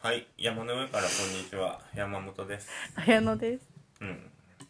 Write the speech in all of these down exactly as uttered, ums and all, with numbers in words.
はい、山の上からこんにちは、山本です。 綾乃です。 うん。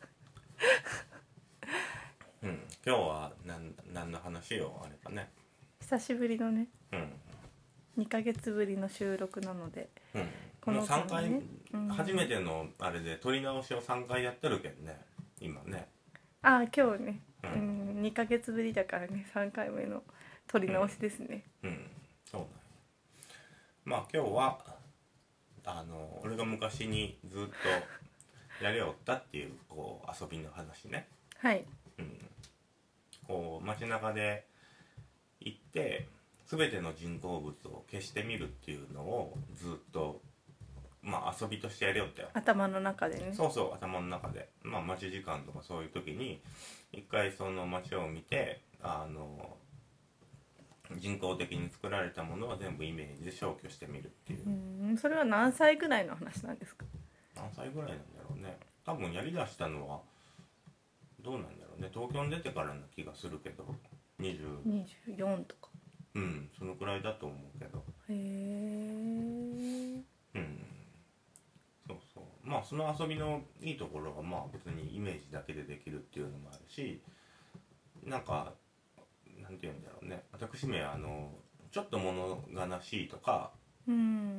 うん、今日は何何の話をあれかね。 久しぶりのね、 うん。 にかげつぶりの収録なので、 うん。 このもうさんかい、 ねうん、 初めてのあれで撮り直しをさんかいやってるけどね、今ね。 ああ今日ね、 ううんん、にかげつぶりだからね、さんかいめの撮り直しですね。 うん、うん、そうなんや。まあ今日はあの俺が昔にずっとやりおったっていうこう遊びの話ね。 はい。 うん。こう街中で行って全ての人工物を消してみるっていうのをずっとまあ遊びとしてやりよったよ。 頭の中でね。 そうそう、頭の中でまあ待ち時間とかそういう時に一回その街を見て、あの人工的に作られたものを全部イメージで消去してみるっていう。 うん、それは何歳ぐらいの話なんですか？ 何歳ぐらいなんだろうね。多分やりだしたのはどうなんだろうね。東京に出てからな気がするけどにじゅう、 にじゅうよんとか。 うん、そのくらいだと思うけど。 へえ。 うん、そうそう。まあその遊びのいいところがまあ別にイメージだけでできるっていうのもあるし、なんかなんて言うんだろうね。私めはあのちょっと物悲しいとか、 うん。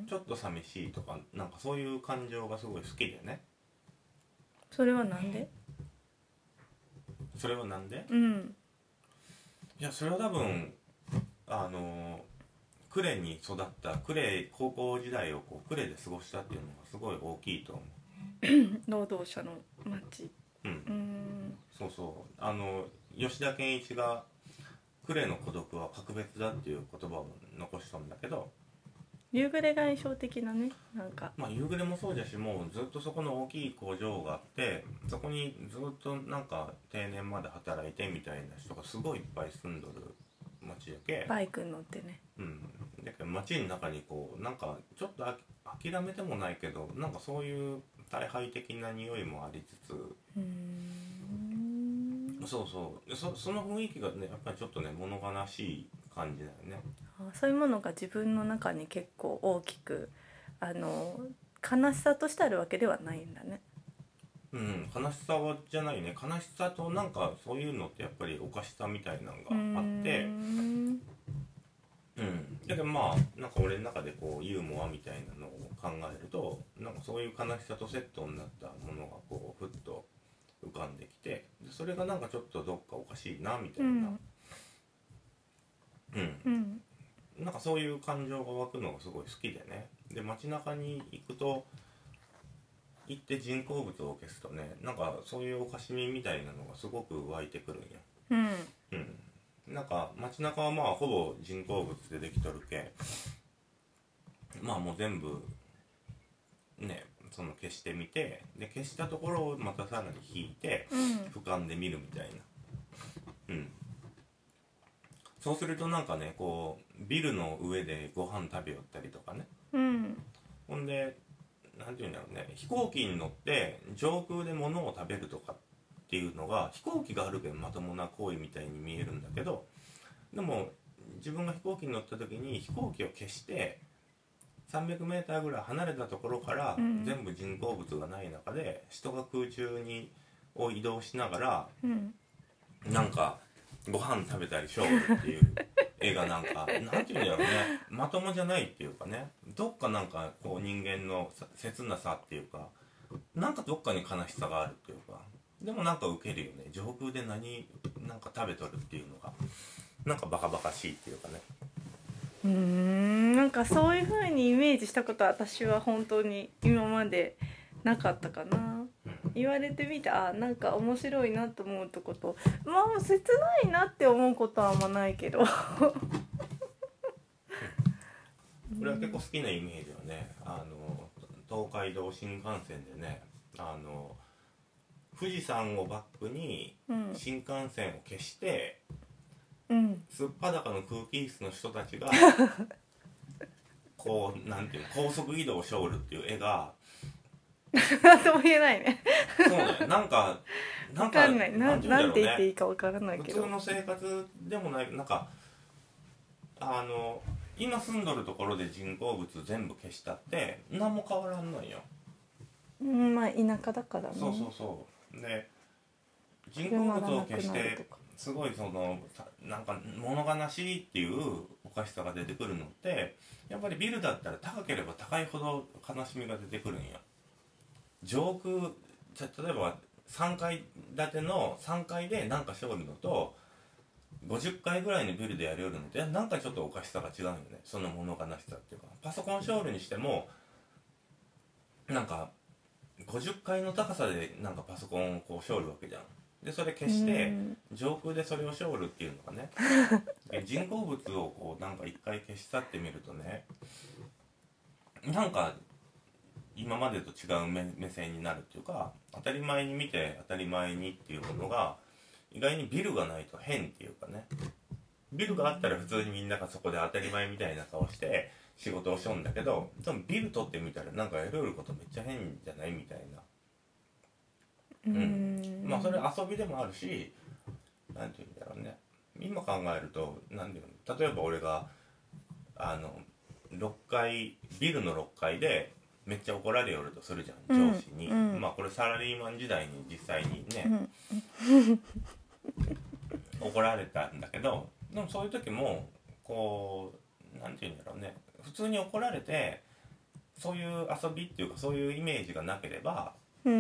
ちょっと寂しいとか、なんかそういう感情がすごい好きでね。 それはなんで？ それはなんで？ うん。 いやそれは多分あの呉に育った呉高校時代をこう呉で過ごしたっていうのがすごい大きいと思労働者の町。 う。うん。 うん。 そうそう。あの吉田健一が呉の孤独は格別だっていう言葉を残したんだけど、 夕暮れが印象的なね、なんか。 まあ夕暮れもそうだし、もうずっとそこの大きい工場があって、そこにずっとなんか定年まで働いてみたいな人がすごいいっぱい住んどる町やけ。 バイクに乗ってね。 うん。だけど町の中にこうなんかちょっとあき諦めてもないけど、なんかそういう大敗的な匂いもありつつ、 うーん。 そうそうそその雰囲気がねやっぱりちょっとね物悲しい感じだよね。 あ、そういうものが自分の中に結構大きくあの悲しさとしてあるわけではないんだね。 うん、悲しさはじゃないね。悲しさとなんかそういうのってやっぱりおかしさみたいなのがあって、 うーん。 うん、だけどまあなんか俺の中でこうユーモアみたいなのを考えると、なんかそういう悲しさとセットになったものがこうふっと浮かんできて、でそれがなんかちょっとどっかおかしいなみたいな、 うんうん、 うん。 なんかそういう感情が湧くのがすごい好きでね。で街中に行くと行って人工物を消すとね、なんかそういうおかしみみたいなのがすごく湧いてくるんや。 うん。 うん。なんか街中はまあほぼ人工物でできとるけ、まあもう全部ねその消してみて、で消したところをまたさらに引いてうん俯瞰で見るみたいな。うん。そうするとなんかねこうビルの上でご飯食べよったりとかね。 うん。 ほんでなんていうんだろうね、飛行機に乗って上空で物を食べるとかっていうのが飛行機があるけどまともな行為みたいに見えるんだけど、でも自分が飛行機に乗った時に飛行機を消してさんびゃくメーターぐらい離れたところからうん全部人工物がない中で人が空中にを移動しながらうんなんかご飯食べたりしょうっていう絵がなんかなんていうんだろうね、まともじゃないっていうかね、どっかなんかこう人間の切なさっていうか、なんかどっかに悲しさがあるっていうか、でもなんかウケるよね。上空で何なんか食べとるっていうのがなんかバカバカしいっていうかね。 うーん。なんかそういう風にイメージしたことは私は本当に今までなかったかな。言われてみて、あ、なんか面白いなと思うとこと、まあ切ないなって思うことはあんまないけどこれは結構好きなイメージはね、あの東海道新幹線でね、あの富士山をバックに新幹線を消して、 うん、 すっぱだかの空気室の人たちがこうなんていうの高速移動をしょるっていう絵がなんとも言えないね。 そうね、なんかなんか分かんない、な、 なんていうんだろうね、 なんて言っていいか分からないけど、 普通の生活でもない、なんかあの今住んどるところで人工物全部消したって何も変わらんのよ。 うんまあ田舎だからね。 そうそうそうで人工物を消してすごいそのなんか物悲しいっていうおかしさが出てくるのってやっぱりビルだったら高ければ高いほど悲しみが出てくるんや。上空じゃ例えばさんがい建てのさんがいでなんかしょるのとごじゅっかいぐらいのビルでやるよるのってなんかちょっとおかしさが違うよね。その物悲しさっていうかパソコンショールにしてもなんかごじゅっかいの高さでなんかパソコンをこうショールわけじゃん。でそれ消して上空でそれをショールっていうのがね人工物をこうなんか一回消し去ってみるとねなんか今までと違う 目, 目線になるっていうか当たり前に見て当たり前にっていうものが意外にビルがないと変っていうかね。ビルがあったら普通にみんながそこで当たり前みたいな顔して仕事をしょんだけどでもビル取ってみたらなんかやることめっちゃ変じゃないみたいな。うん、まあそれ遊びでもあるしなんていうんだろうね今考えるとなんていうの例えば俺があのろっかいビルのろっかいでめっちゃ怒られよるとするじゃん上司に、うんうん、まあこれサラリーマン時代に実際にね、うん、怒られたんだけどでもそういう時もこうなんていうんだろうね普通に怒られてそういう遊びっていうかそういうイメージがなければ、うん、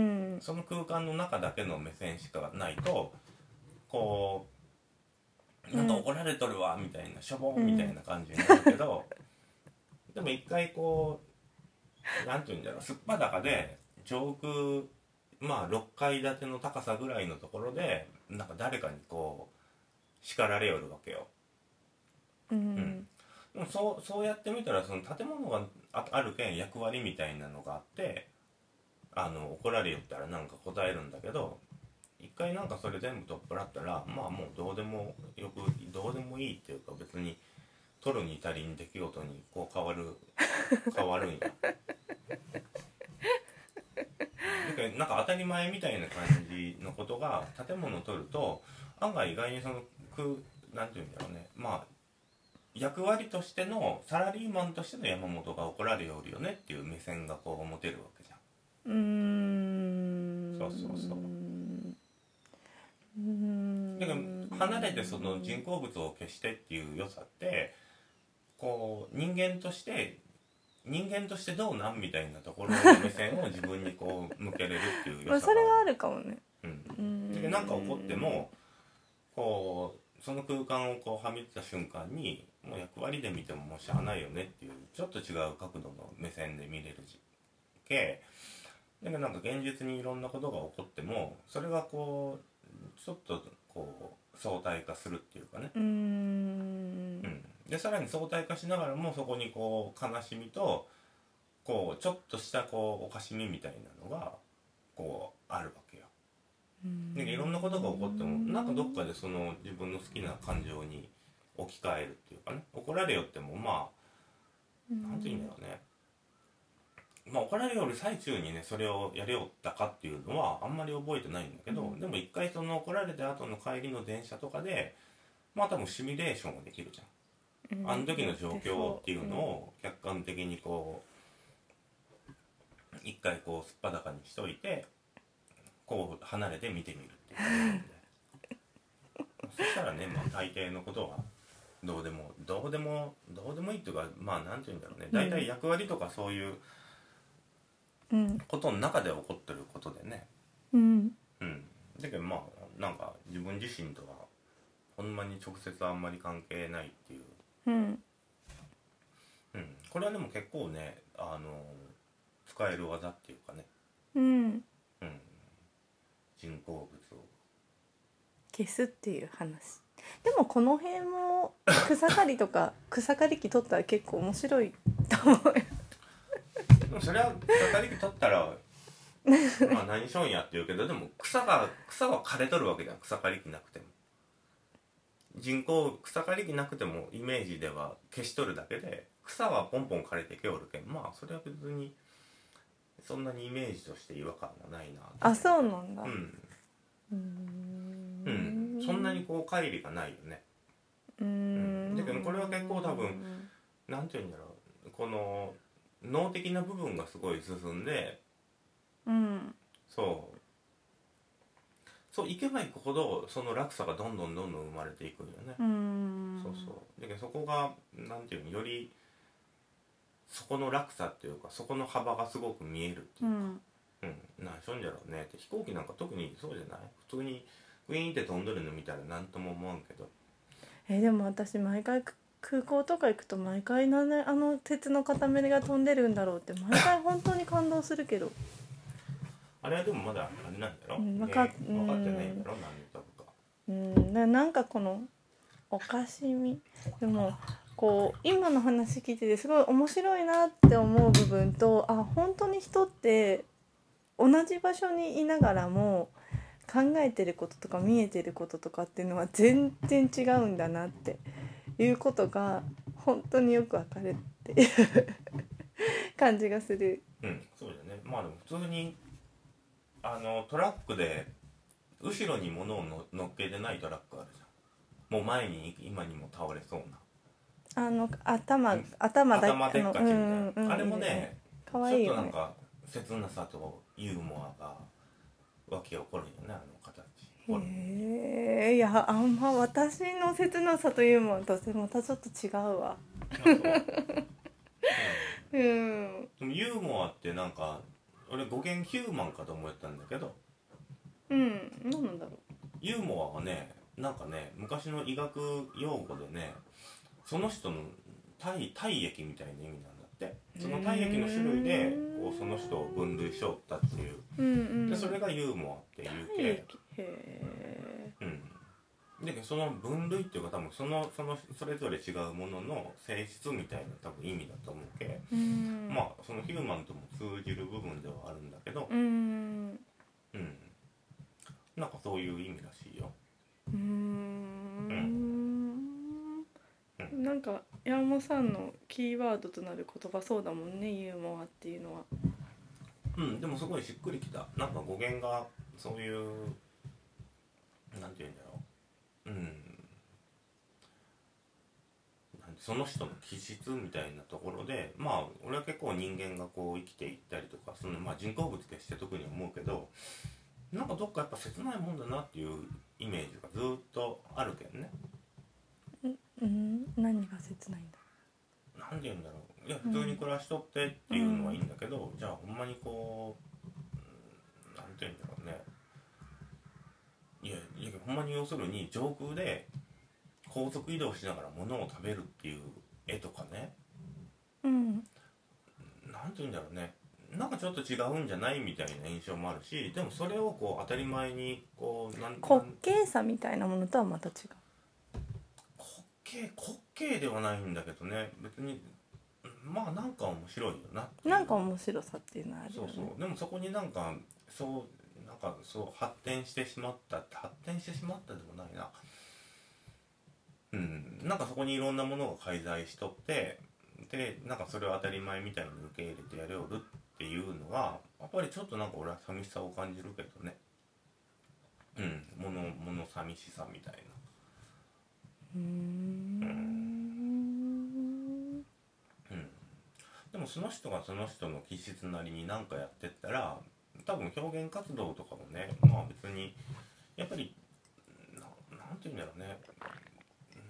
その空間の中だけの目線しかないとこうなんか怒られとるわみたいなしょぼんみたいな感じになるけど、うん、でも一回こうなんていうんだろうすっぱだかで上空まあろっかい建ての高さぐらいのところでなんか誰かにこう叱られよるわけよ。うん、うん、でもそうそうやってみたらその建物が あ, あるけん役割みたいなのがあってあの怒られよったらなんか答えるんだけど一回なんかそれ全部取っ払ったらまあもうどうでもよくどうでもいいっていうか別に取るに足りん出来事にこう変わる変わるんや。なんか当たり前みたいな感じのことが建物を取ると案外意外にそのなんていうんだろうねまあ役割としてのサラリーマンとしての山本が怒られよるよねっていう目線がこう持てるわけじゃん。うーんそうそうそう。うーんだから離れてその人工物を消してっていう良さってこう人間として人間としてどうなんみたいなところの目線を自分にこう向けれるっていう良さがある。 それはあるかもね。 うん。でなんか起こってもこうその空間をこうはみ出た瞬間にもう役割で見てももうしゃあないよねっていうちょっと違う角度の目線で見れるけだけどなんか現実にいろんなことが起こってもそれがこうちょっとこう相対化するっていうかね。うーん、うんでさらに相対化しながらもそこにこう悲しみとこうちょっとしたこうおかしみみたいなのがこうあるわけよ。でいろんなことが起こってもなんかどっかでその自分の好きな感情に置き換えるっていうかね怒られよってもまあなんていうんだろうねまあ怒られよる最中にねそれをやれよったかっていうのはあんまり覚えてないんだけど、うん、でも一回その怒られた後の帰りの電車とかでまあ多分シミュレーションができるじゃん。あの時の状況っていうのを客観的にこう一回こうすっぱだかにしといてこう離れて見てみるっていう感じでそしたらね、まあ、大抵のことはどうでもどうでもどうでもいいっていうかまあなんていうんだろうね大体役割とかそういうことの中で起こってることでねうん、うん、だけどまあなんか自分自身とはほんまに直接あんまり関係ないっていううん、うん、これはでも結構ねあの使える技っていうかね、うん、うん、人工物を消すっていう話でもこの辺も草刈りとか草刈り機取ったら結構面白いと思うよでもそれは草刈り機取ったらまあ何しょんやって言うけどでも草が草は枯れとるわけじゃん草刈り機なくても人工草刈り機なくてもイメージでは消しとるだけで草はポンポン枯れてきおるけんまあそれは別にそんなにイメージとして違和感がないなあそうなんだうんうーんうんそんなにこう乖離がないよねうんだけどこれは結構多分なんていうんだろう、この脳的な部分がすごい進んで、 うんそうそう行けば行くほどその落差がどんどんどんどん生まれていくんよね。 うんそうそうだけどそこがなんていうの、よりそこの落差っていうかそこの幅がすごく見えるっていうか、 うんうんなんしょんじゃろうねって。飛行機なんか特にそうじゃない？普通にウィーンって飛んどるの見たら何とも思わんけど、 えでも私毎回く空港とか行くと毎回なんであの鉄の塊が飛んでるんだろうって毎回本当に感動するけどあれはでもまだあれなんだろ、 うんね、 わかっ分かってないんだろ、何飛ぶか。 うんななんかこのおかしみでもこう今の話聞いててすごい面白いなって思う部分と、あ本当に人って同じ場所にいながらも考えてることとか見えてることとかっていうのは全然違うんだなっていうことが本当によくわかるっていう感じがする。 うんそうだね。まあでも普通にあのトラックで後ろに物をの乗っけてないトラックあるじゃん。もう前に今にも倒れそうなあの頭頭だ頭でっかちみたいな、 うんうんうん、 あれもねかわいいよね。 ちょっとなんか切なさとユーモアが湧き起こるよね、あの形。 へえ、いやあんま私の切なさというものとまたちょっと違うわ。うん。 でもユーモアってなんか俺語源ヒューマンかと思ったんだけど、 うん、何なんだろう。 ユーモアはねなんかね昔の医学用語でねその人の体体液みたいな意味なんだって。その体液の種類でこうその人を分類しよったっていう、 うんうん、 でそれがユーモアっていうけ。 へえ。 うんでその分類っていうか多分そのそのそれぞれ違うものの性質みたいな多分意味だと思うけ、 うん、 まあそのヒューマンとも通じる部分ではあるんだけど、 うん、 うん、なんかそういう意味らしいよ。 うーん、うん、なんか山本さんのキーワードとなる言葉そうだもんね、ユーモアっていうのは。 うんでもすごいしっくりきた。なんか語源がそういうなんていうんだろう、うんその人の気質みたいなところで、まあ俺は結構人間がこう生きていったりとかその、まあ、人工物として特に思うけど、なんかどっかやっぱ切ないもんだなっていうイメージがずっとあるけどね。 うん、何が切ないんだ。 なんて言うんだろう、いや普通に暮らしとってっていうのはいいんだけど、うん、じゃあほんまにこうなんて言うんだろうね、いやいやほんまに要するに上空で高速移動しながら物を食べるっていう絵とかね、 うん、 なんて言うんだろうね、なんかちょっと違うんじゃないみたいな印象もあるし、でもそれをこう当たり前にこうなん滑稽さみたいなものとはまた違う。 滑稽滑稽ではないんだけどね、別にまあなんか面白いよなっていう。 なんか面白さっていうのはあるよね。 そうそう、でもそこになんかそうなんかそう発展してしまったって発展してしまったでもないな、うんなんかそこにいろんなものが介在しとって、でなんかそれを当たり前みたいに受け入れてやれおるっていうのがやっぱりちょっとなんか俺は寂しさを感じるけどね。うんものもの寂しさみたいな。 うーん、 うん、でもその人がその人の気質なりに何かやってったら多分表現活動とかもね、まあ別にやっぱり な, なんて言うんだろうね、うん、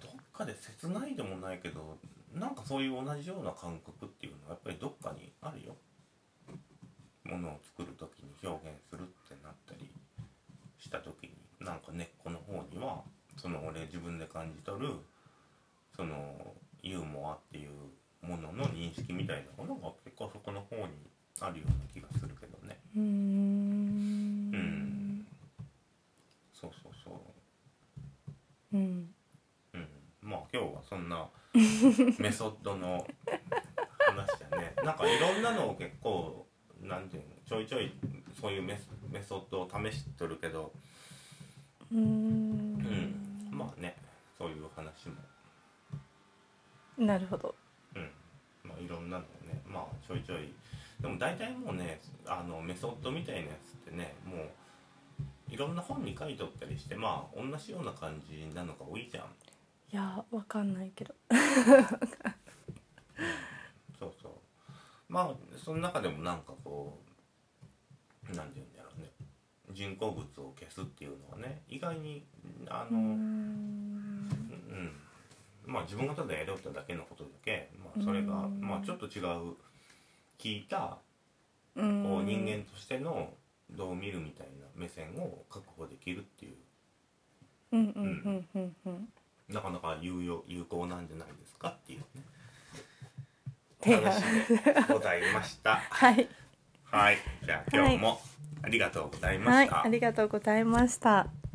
どっかで切ないでもないけどなんかそういう同じような感覚っていうのはやっぱりどっかにあるよ。ものを作る時に表現するってなったりした時になんか根っこの方にはその俺自分で感じ取るそのユーモアっていうものの認識みたいなものが結構そこの方にあるような気がするけどね。 うーん、 うんそうそうそう、 うん、 うん、まあ今日はそんなメソッドの話だね。なんかいろんなのを結構なんていうのちょいちょいそういうメスメソッドを試しとるけど、 うーん、うん、 まあねそういう話もなるほど。 うんまあいろんなのをねまあちょいちょいでも大体もうねあのメソッドみたいなやつってねもういろんな本に書いとったりしてまあ同じような感じなのが多いじゃん。 いやわかんないけどそうそう。まあその中でもなんかこうなんていうんだろうね、人工物を消すっていうのはね意外にあの、うん、うん、まあ自分がただやろうってだけのことだけ、まあ、それがまあちょっと違う聞いたこう人間としてのどう見るみたいな目線を確保できるっていう、 うんうんうんうんうん、 なかなか有用有効なんじゃないですかっていうね話でございましたはいはい、じゃあ今日もありがとうございました、 はい、ありがとうございました。